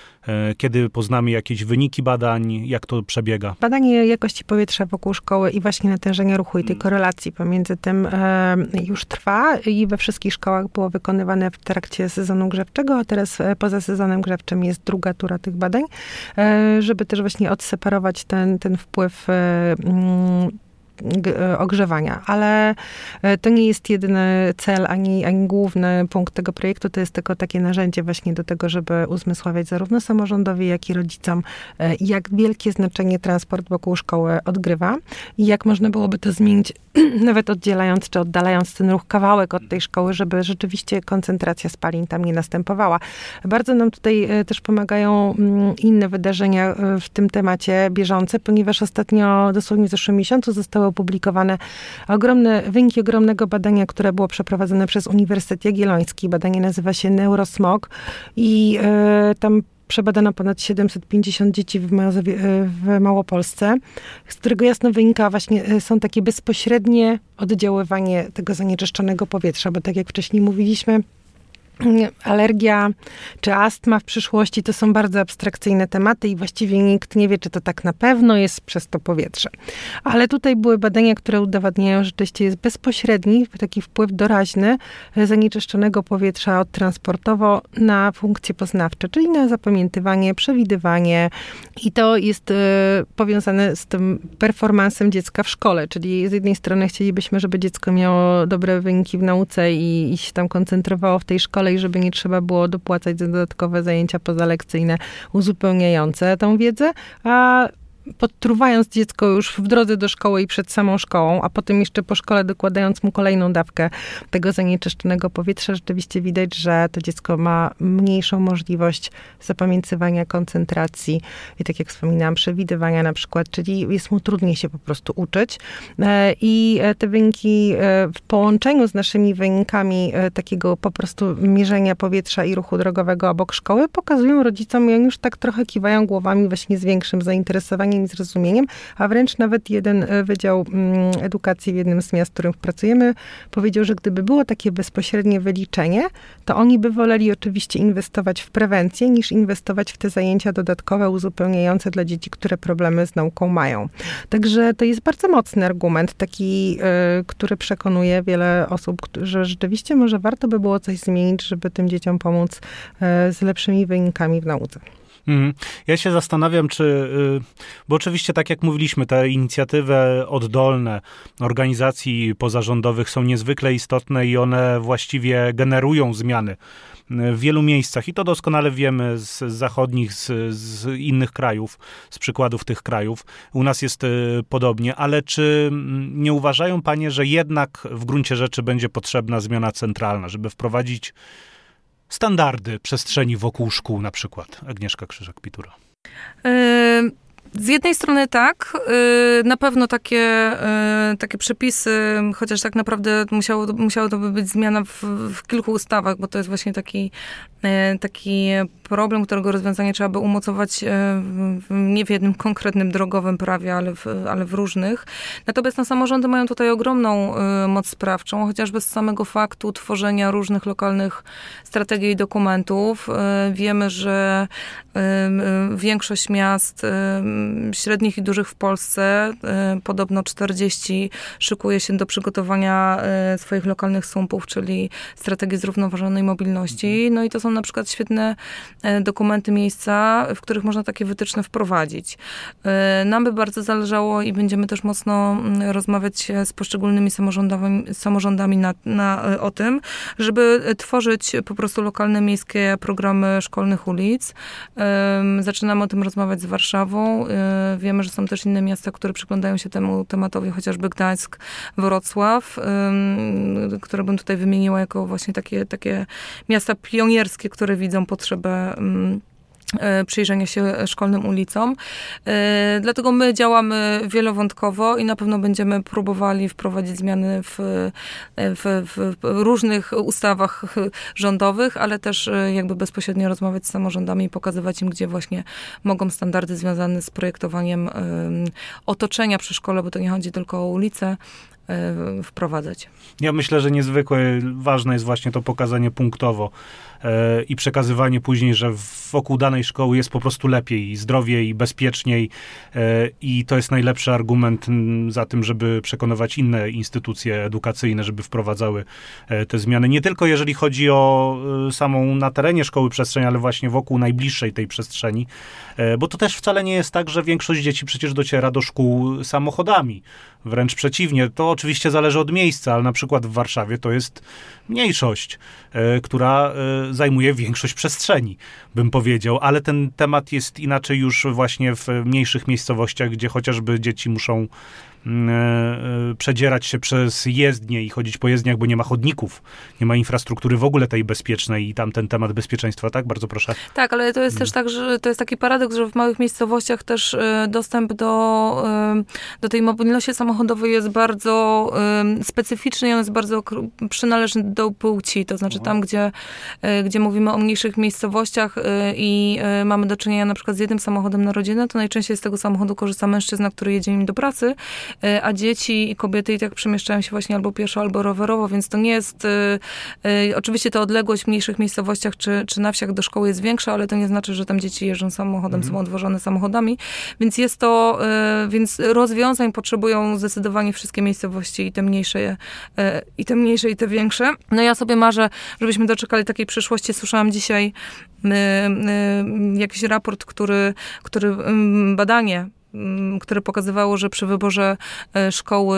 kiedy poznamy jakieś wyniki badań, jak to przebiega? Badanie jakości powietrza wokół szkoły i właśnie natężenia ruchu i tej korelacji pomiędzy tym e, już trwa i we wszystkich szkołach było wykonywane w trakcie sezonu grzewczego, a teraz poza sezonem grzewczym jest druga tura tych badań, e, żeby też właśnie odseparować ten, ten wpływ e, mm, ogrzewania, ale to nie jest jedyny cel, ani, ani główny punkt tego projektu, to jest tylko takie narzędzie właśnie do tego, żeby uzmysławiać zarówno samorządowi, jak i rodzicom, jak wielkie znaczenie transport wokół szkoły odgrywa i jak można byłoby to zmienić, nawet oddzielając czy oddalając ten ruch kawałek od tej szkoły, żeby rzeczywiście koncentracja spalin tam nie następowała. Bardzo nam tutaj też pomagają inne wydarzenia w tym temacie bieżące, ponieważ ostatnio, dosłownie w zeszłym miesiącu zostało opublikowane ogromne, wyniki ogromnego badania, które było przeprowadzone przez Uniwersytet Jagielloński. Badanie nazywa się Neurosmog i y, tam przebadano ponad siedemset pięćdziesiąt dzieci w, Mazowie, w Małopolsce, z którego jasno wynika właśnie, są takie bezpośrednie oddziaływanie tego zanieczyszczonego powietrza, bo tak jak wcześniej mówiliśmy, alergia czy astma w przyszłości to są bardzo abstrakcyjne tematy i właściwie nikt nie wie, czy to tak na pewno jest przez to powietrze. Ale tutaj były badania, które udowadniają, że rzeczywiście jest bezpośredni taki wpływ doraźny zanieczyszczonego powietrza odtransportowo na funkcje poznawcze, czyli na zapamiętywanie, przewidywanie i to jest y, powiązane z tym performansem dziecka w szkole, czyli z jednej strony chcielibyśmy, żeby dziecko miało dobre wyniki w nauce i, i się tam koncentrowało w tej szkole i żeby nie trzeba było dopłacać za dodatkowe zajęcia pozalekcyjne uzupełniające tą wiedzę, a podtruwając dziecko już w drodze do szkoły i przed samą szkołą, a potem jeszcze po szkole dokładając mu kolejną dawkę tego zanieczyszczonego powietrza, rzeczywiście widać, że to dziecko ma mniejszą możliwość zapamiętywania, koncentracji i tak jak wspominałam, przewidywania na przykład, czyli jest mu trudniej się po prostu uczyć. I te wyniki w połączeniu z naszymi wynikami takiego po prostu mierzenia powietrza i ruchu drogowego obok szkoły pokazują rodzicom i oni już tak trochę kiwają głowami właśnie z większym zainteresowaniem i zrozumieniem, a wręcz nawet jeden Wydział Edukacji w jednym z miast, w którym pracujemy, powiedział, że gdyby było takie bezpośrednie wyliczenie, to oni by woleli oczywiście inwestować w prewencję, niż inwestować w te zajęcia dodatkowe, uzupełniające dla dzieci, które problemy z nauką mają. Także to jest bardzo mocny argument, taki, który przekonuje wiele osób, że rzeczywiście może warto by było coś zmienić, żeby tym dzieciom pomóc z lepszymi wynikami w nauce. Mm. Ja się zastanawiam, czy, bo oczywiście tak jak mówiliśmy, te inicjatywy oddolne organizacji pozarządowych są niezwykle istotne i one właściwie generują zmiany w wielu miejscach i to doskonale wiemy z zachodnich, z, z innych krajów, z przykładów tych krajów. U nas jest podobnie, ale czy nie uważają panie, że jednak w gruncie rzeczy będzie potrzebna zmiana centralna, żeby wprowadzić standardy przestrzeni wokół szkół na przykład? Agnieszka Krzyżak-Pitura. Y- Z jednej strony tak, na pewno takie, takie przepisy, chociaż tak naprawdę musiało, musiało to być zmiana w, w kilku ustawach, bo to jest właśnie taki, taki problem, którego rozwiązanie trzeba by umocować w, nie w jednym konkretnym drogowym prawie, ale w, ale w różnych. Natomiast no, samorządy mają tutaj ogromną moc sprawczą, chociażby z samego faktu tworzenia różnych lokalnych strategii i dokumentów. Wiemy, że większość miast średnich i dużych w Polsce, podobno czterdzieści, szykuje się do przygotowania swoich lokalnych sumpów, czyli strategii zrównoważonej mobilności. No i to są na przykład świetne dokumenty, miejsca, w których można takie wytyczne wprowadzić. Nam by bardzo zależało i będziemy też mocno rozmawiać z poszczególnymi samorządami, samorządami na, na, o tym, żeby tworzyć po prostu lokalne, miejskie programy szkolnych ulic. Zaczynamy o tym rozmawiać z Warszawą. Wiemy, że są też inne miasta, które przyglądają się temu tematowi, chociażby Gdańsk, Wrocław, które bym tutaj wymieniła jako właśnie takie, takie miasta pionierskie, które widzą potrzebę przyjrzenia się szkolnym ulicom. Dlatego my działamy wielowątkowo i na pewno będziemy próbowali wprowadzić zmiany w, w, w różnych ustawach rządowych, ale też jakby bezpośrednio rozmawiać z samorządami i pokazywać im, gdzie właśnie mogą standardy związane z projektowaniem otoczenia przy szkole, bo to nie chodzi tylko o ulicę, wprowadzać. Ja myślę, że niezwykle ważne jest właśnie to pokazanie punktowo e, i przekazywanie później, że wokół danej szkoły jest po prostu lepiej, i zdrowiej, i bezpieczniej e, i to jest najlepszy argument m, za tym, żeby przekonywać inne instytucje edukacyjne, żeby wprowadzały e, te zmiany. Nie tylko jeżeli chodzi o e, samą na terenie szkoły przestrzeń, ale właśnie wokół najbliższej tej przestrzeni, e, bo to też wcale nie jest tak, że większość dzieci przecież dociera do szkół samochodami. Wręcz przeciwnie, to oczywiście zależy od miejsca, ale na przykład w Warszawie to jest mniejszość, y, która y, zajmuje większość przestrzeni, bym powiedział, ale ten temat jest inaczej już właśnie w mniejszych miejscowościach, gdzie chociażby dzieci muszą przedzierać się przez jezdnie i chodzić po jezdniach, bo nie ma chodników, nie ma infrastruktury w ogóle tej bezpiecznej i tam ten temat bezpieczeństwa, tak? Bardzo proszę. Tak, ale to jest też tak, że to jest taki paradoks, że w małych miejscowościach też dostęp do, do tej mobilności samochodowej jest bardzo specyficzny i on jest bardzo przynależny do płci, to znaczy tam, gdzie, gdzie mówimy o mniejszych miejscowościach i mamy do czynienia na przykład z jednym samochodem na rodzinę, to najczęściej z tego samochodu korzysta mężczyzna, który jedzie nim do pracy a dzieci i kobiety i tak przemieszczają się właśnie albo pieszo, albo rowerowo, więc to nie jest, oczywiście ta odległość w mniejszych miejscowościach czy, czy na wsiach do szkoły jest większa, ale to nie znaczy, że tam dzieci jeżdżą samochodem, mhm. są odwożone samochodami, więc jest to, więc rozwiązań potrzebują zdecydowanie wszystkie miejscowości i te mniejsze, i te mniejsze, i te większe. No ja sobie marzę, żebyśmy doczekali takiej przyszłości. Słyszałam dzisiaj jakiś raport, który, który badanie, które pokazywało, że przy wyborze szkoły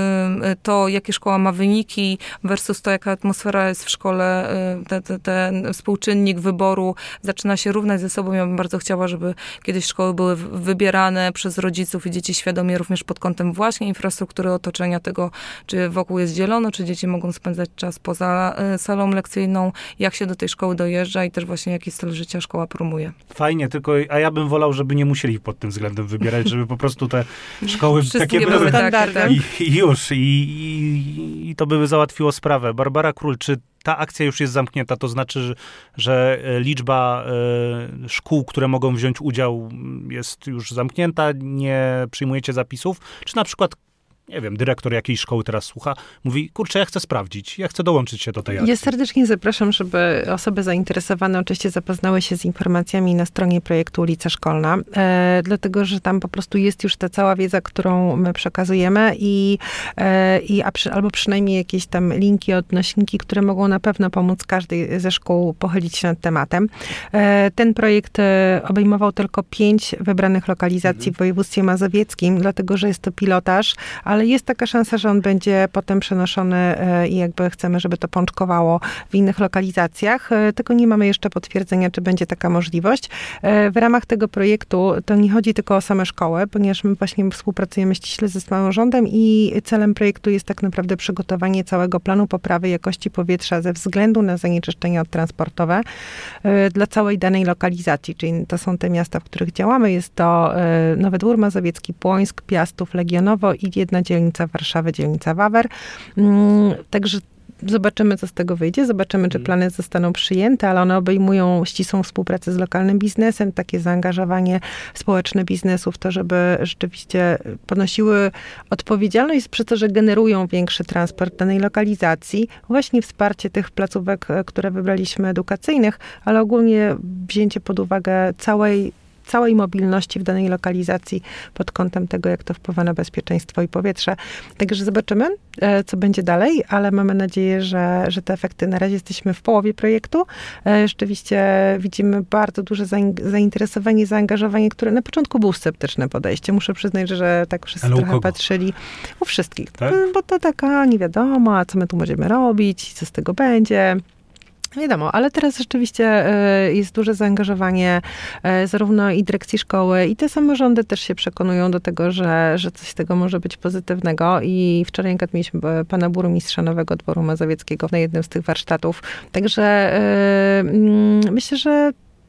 to, jakie szkoła ma wyniki versus to, jaka atmosfera jest w szkole, te, te, ten współczynnik wyboru zaczyna się równać ze sobą. Ja bym bardzo chciała, żeby kiedyś szkoły były wybierane przez rodziców i dzieci świadomie również pod kątem właśnie infrastruktury otoczenia tego, czy wokół jest zielono, czy dzieci mogą spędzać czas poza salą lekcyjną, jak się do tej szkoły dojeżdża i też właśnie jaki styl życia szkoła promuje. Fajnie, tylko a ja bym wolał, żeby nie musieli pod tym względem wybierać, żeby po prostu te szkoły wszystkie takie były standardem. I, i już. I, i, I to by załatwiło sprawę. Barbara Król, czy ta akcja już jest zamknięta? To znaczy, że, że liczba y, szkół, które mogą wziąć udział, jest już zamknięta? Nie przyjmujecie zapisów? Czy na przykład, nie wiem, dyrektor jakiejś szkoły teraz słucha, mówi, kurczę, ja chcę sprawdzić, ja chcę dołączyć się do tej akcji. Ja serdecznie zapraszam, żeby osoby zainteresowane oczywiście zapoznały się z informacjami na stronie projektu Ulica Szkolna, e, dlatego, że tam po prostu jest już ta cała wiedza, którą my przekazujemy i, e, i a przy, albo przynajmniej jakieś tam linki, odnośniki, które mogą na pewno pomóc każdej ze szkół pochylić się nad tematem. E, ten projekt e, obejmował tylko pięć wybranych lokalizacji mhm. w województwie mazowieckim, dlatego, że jest to pilotaż, ale jest taka szansa, że on będzie potem przenoszony i jakby chcemy, żeby to pączkowało w innych lokalizacjach. Tylko nie mamy jeszcze potwierdzenia, czy będzie taka możliwość. W ramach tego projektu to nie chodzi tylko o same szkoły, ponieważ my właśnie współpracujemy ściśle ze samorządem i celem projektu jest tak naprawdę przygotowanie całego planu poprawy jakości powietrza ze względu na zanieczyszczenia transportowe dla całej danej lokalizacji, czyli to są te miasta, w których działamy. Jest to Nowy Dwór Mazowiecki, Płońsk, Piastów, Legionowo i jedna dzielnica Warszawy, dzielnica Wawer. Także zobaczymy, co z tego wyjdzie. Zobaczymy, czy plany zostaną przyjęte, ale one obejmują ścisłą współpracę z lokalnym biznesem, takie zaangażowanie społeczne biznesu w to, żeby rzeczywiście ponosiły odpowiedzialność przez to, że generują większy transport w danej lokalizacji. Właśnie wsparcie tych placówek, które wybraliśmy edukacyjnych, ale ogólnie wzięcie pod uwagę całej całej mobilności w danej lokalizacji pod kątem tego, jak to wpływa na bezpieczeństwo i powietrze. Także zobaczymy, co będzie dalej, ale mamy nadzieję, że, że te efekty, na razie jesteśmy w połowie projektu. Rzeczywiście widzimy bardzo duże zainteresowanie, zaangażowanie, które na początku było sceptyczne podejście. Muszę przyznać, że tak wszyscy ale trochę patrzyli u wszystkich. Tak? Bo to taka nie wiadomo, a co my tu będziemy robić, co z tego będzie. Wiadomo, ale teraz rzeczywiście jest duże zaangażowanie zarówno i dyrekcji szkoły, i te samorządy też się przekonują do tego, że, że coś z tego może być pozytywnego. I wczoraj mieliśmy pana burmistrza Nowego Dworu Mazowieckiego na jednym z tych warsztatów. Także yy, myślę, że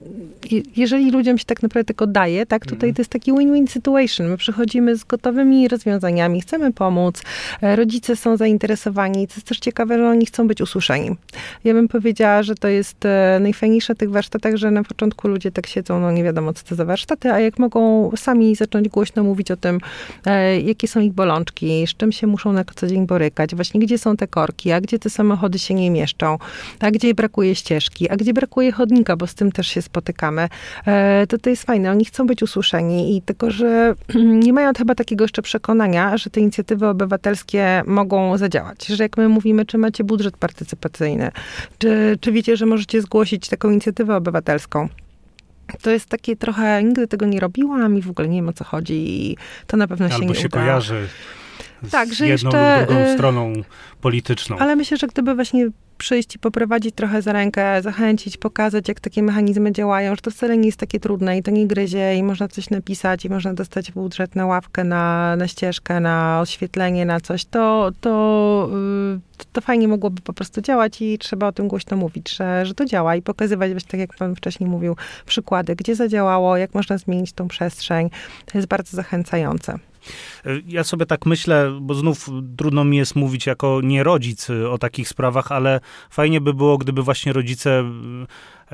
jeżeli ludziom się tak naprawdę tylko daje, tak, tutaj to jest taki win-win situation. My przychodzimy z gotowymi rozwiązaniami, chcemy pomóc, rodzice są zainteresowani, to jest też ciekawe, że oni chcą być usłyszeni. Ja bym powiedziała, że to jest najfajniejsze w tych warsztatach, że na początku ludzie tak siedzą, no nie wiadomo, co to za warsztaty, a jak mogą sami zacząć głośno mówić o tym, jakie są ich bolączki, z czym się muszą na co dzień borykać, właśnie gdzie są te korki, a gdzie te samochody się nie mieszczą, a gdzie brakuje ścieżki, a gdzie brakuje chodnika, bo z tym też się spotykamy, to to jest fajne. Oni chcą być usłyszeni i tylko, że nie mają chyba takiego jeszcze przekonania, że te inicjatywy obywatelskie mogą zadziałać. Że jak my mówimy, czy macie budżet partycypacyjny, czy, czy wiecie, że możecie zgłosić taką inicjatywę obywatelską. To jest takie trochę, nigdy tego nie robiłam i w ogóle nie wiem, o co chodzi i to na pewno się Albo nie się uda. kojarzy z tak, że jedną jeszcze, lub drugą stroną polityczną. Ale myślę, że gdyby właśnie przyjść i poprowadzić trochę za rękę, zachęcić, pokazać, jak takie mechanizmy działają, że to wcale nie jest takie trudne i to nie gryzie i można coś napisać i można dostać budżet na ławkę, na, na ścieżkę, na oświetlenie, na coś, to, to, to, to fajnie mogłoby po prostu działać i trzeba o tym głośno mówić, że, że to działa i pokazywać, właśnie tak jak pan wcześniej mówił, przykłady, gdzie zadziałało, jak można zmienić tą przestrzeń. To jest bardzo zachęcające. Ja sobie tak myślę, bo znów trudno mi jest mówić jako nie rodzic o takich sprawach, ale fajnie by było, gdyby właśnie rodzice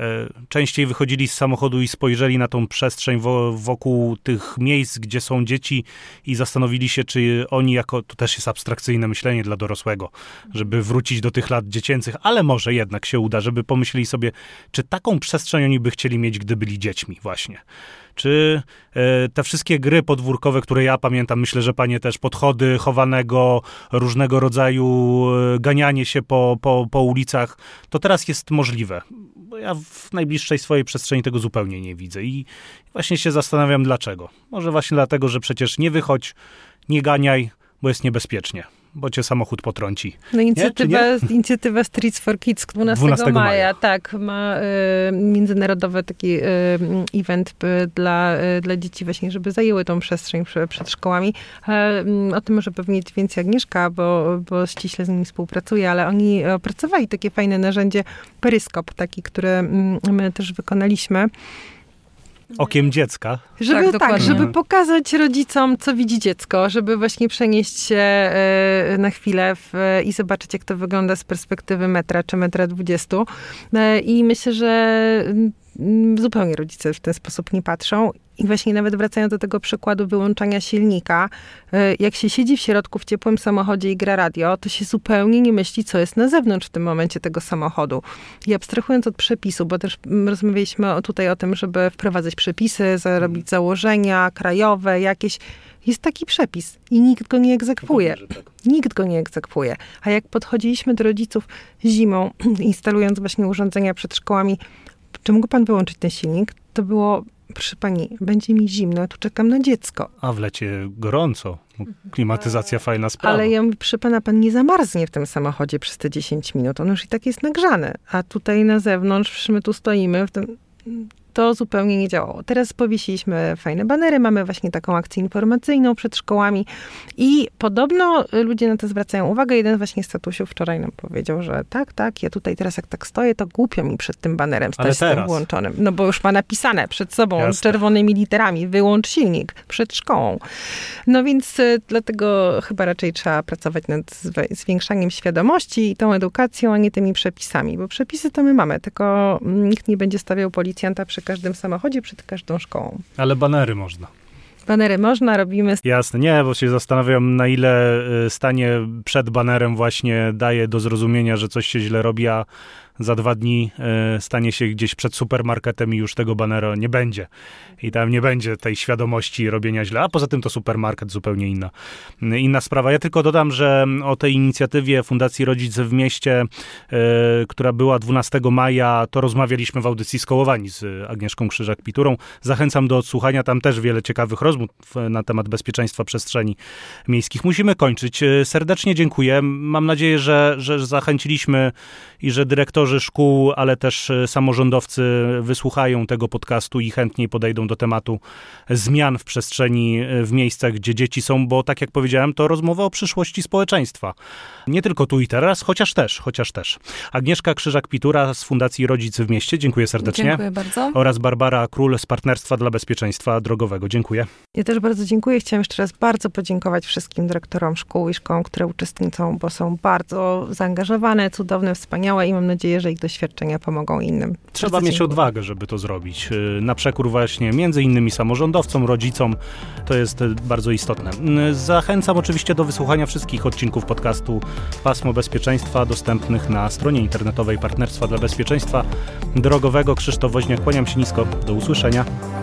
częściej wychodzili z samochodu i spojrzeli na tą przestrzeń wo- wokół tych miejsc, gdzie są dzieci i zastanowili się, czy oni jako, to też jest abstrakcyjne myślenie dla dorosłego, żeby wrócić do tych lat dziecięcych, ale może jednak się uda, żeby pomyśleli sobie, czy taką przestrzeń oni by chcieli mieć, gdy byli dziećmi właśnie. Czy e, te wszystkie gry podwórkowe, które ja pamiętam, myślę, że panie też, podchody chowanego, różnego rodzaju e, ganianie się po, po, po ulicach, to teraz jest możliwe. Bo ja w najbliższej swojej przestrzeni tego zupełnie nie widzę i właśnie się zastanawiam dlaczego. Może właśnie dlatego, że przecież nie wychodź, nie ganiaj, bo jest niebezpiecznie, bo cię samochód potrąci. No inicjatywa, inicjatywa Streets for Kids dwunastego maja, tak, ma y, międzynarodowy taki y, event y, dla, y, dla dzieci właśnie, żeby zajęły tą przestrzeń przed, przed szkołami. Y, o tym może pewnie więcej Agnieszka, bo, bo ściśle z nimi współpracuje, ale oni opracowali takie fajne narzędzie Peryskop, taki, które y, my też wykonaliśmy. Okiem dziecka. Żeby tak, tak, żeby pokazać rodzicom, co widzi dziecko, żeby właśnie przenieść się y, na chwilę w, y, i zobaczyć, jak to wygląda z perspektywy metra czy metra dwudziestu. Y, I myślę, że y, zupełnie rodzice w ten sposób nie patrzą. I właśnie nawet wracając do tego przykładu wyłączania silnika, jak się siedzi w środku w ciepłym samochodzie i gra radio, to się zupełnie nie myśli, co jest na zewnątrz w tym momencie tego samochodu. I abstrahując od przepisu, bo też rozmawialiśmy tutaj o tym, żeby wprowadzać przepisy, zarobić założenia krajowe, jakieś. Jest taki przepis i nikt go nie egzekwuje. Nikt go nie egzekwuje. A jak podchodziliśmy do rodziców zimą, instalując właśnie urządzenia przed szkołami, czy mógł pan wyłączyć ten silnik? To było... Proszę pani, będzie mi zimno, tu czekam na dziecko. A w lecie gorąco. Klimatyzacja fajna sprawa. Ale ja mówię, proszę pana, pan nie zamarznie w tym samochodzie przez te dziesięć minut. On już i tak jest nagrzany. A tutaj na zewnątrz, my tu stoimy, w tym, to zupełnie nie działało. Teraz powiesiliśmy fajne banery, mamy właśnie taką akcję informacyjną przed szkołami i podobno ludzie na to zwracają uwagę. Jeden właśnie z tatusiów wczoraj nam powiedział, że tak, tak, ja tutaj teraz jak tak stoję, to głupio mi przed tym banerem stać z tym włączonym. No bo już ma napisane przed sobą Jasne. czerwonymi literami, wyłącz silnik przed szkołą. No więc dlatego chyba raczej trzeba pracować nad zwiększaniem świadomości i tą edukacją, a nie tymi przepisami, bo przepisy to my mamy, tylko nikt nie będzie stawiał policjanta przy każdym samochodzie, przed każdą szkołą. Ale banery można. Banery można, robimy... Jasne, nie, bo się zastanawiam, na ile stanie przed banerem właśnie daje do zrozumienia, że coś się źle robi, a za dwa dni y, stanie się gdzieś przed supermarketem i już tego banera nie będzie. I tam nie będzie tej świadomości robienia źle. A poza tym to supermarket zupełnie inna, inna sprawa. Ja tylko dodam, że o tej inicjatywie Fundacji Rodzic w Mieście, y, która była dwunastego maja, to rozmawialiśmy w audycji Skołowani z Agnieszką Krzyżak-Piturą. Zachęcam do odsłuchania. Tam też wiele ciekawych rozmów na temat bezpieczeństwa przestrzeni miejskich. Musimy kończyć. Serdecznie dziękuję. Mam nadzieję, że, że zachęciliśmy i że dyrektorzy szkół, ale też samorządowcy wysłuchają tego podcastu i chętniej podejdą do tematu zmian w przestrzeni, w miejscach, gdzie dzieci są, bo tak jak powiedziałem, to rozmowa o przyszłości społeczeństwa. Nie tylko tu i teraz, chociaż też, chociaż też. Agnieszka Krzyżak-Pitura z Fundacji Rodzic w Mieście, dziękuję serdecznie. Dziękuję bardzo. Oraz Barbara Król z Partnerstwa dla Bezpieczeństwa Drogowego. Dziękuję. Ja też bardzo dziękuję. Chciałam jeszcze raz bardzo podziękować wszystkim dyrektorom szkół i szkołom, które uczestniczą, bo są bardzo zaangażowane, cudowne, wspaniałe i mam nadzieję, że ich doświadczenia pomogą innym. Trzeba bardzo mieć dziękuję. odwagę, żeby to zrobić. Na przekór właśnie między innymi samorządowcom, rodzicom. To jest bardzo istotne. Zachęcam oczywiście do wysłuchania wszystkich odcinków podcastu Pasmo Bezpieczeństwa dostępnych na stronie internetowej Partnerstwa dla Bezpieczeństwa Drogowego. Krzysztof Woźniak, kłaniam się nisko. Do usłyszenia.